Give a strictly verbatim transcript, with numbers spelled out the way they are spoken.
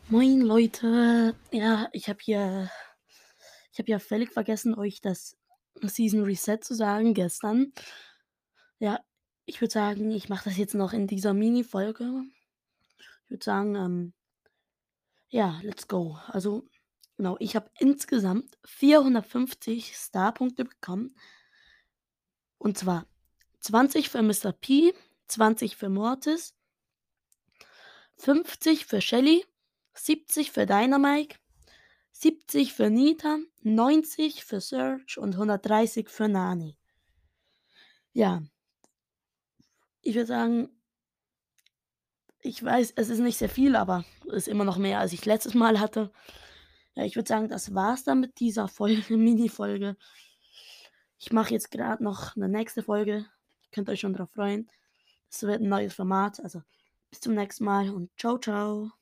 Moin Leute. Ja, ich habe hier ich habe ja völlig vergessen, euch das Season Reset zu sagen gestern. Ja, ich würde sagen, ich mache das jetzt noch in dieser Mini-Folge. Ich würde sagen, ähm, ja, let's go. Also, genau, ich habe insgesamt vierhundertfünfzig Starpunkte bekommen. Und zwar zwanzig für Mister P, zwanzig für Mortis, fünfzig für Shelly, siebzig für Dynamike, siebzig für Nita, neunzig für Surge und hundertdreißig für Nani. Ja, ich würde sagen, ich weiß, es ist nicht sehr viel, aber ist immer noch mehr, als ich letztes Mal hatte. Ja, ich würde sagen, das war's dann mit dieser Folge, Mini-Folge. Ich mache jetzt gerade noch eine nächste Folge. Ihr könnt euch schon drauf freuen. Es wird ein neues Format. Also bis zum nächsten Mal und ciao, ciao.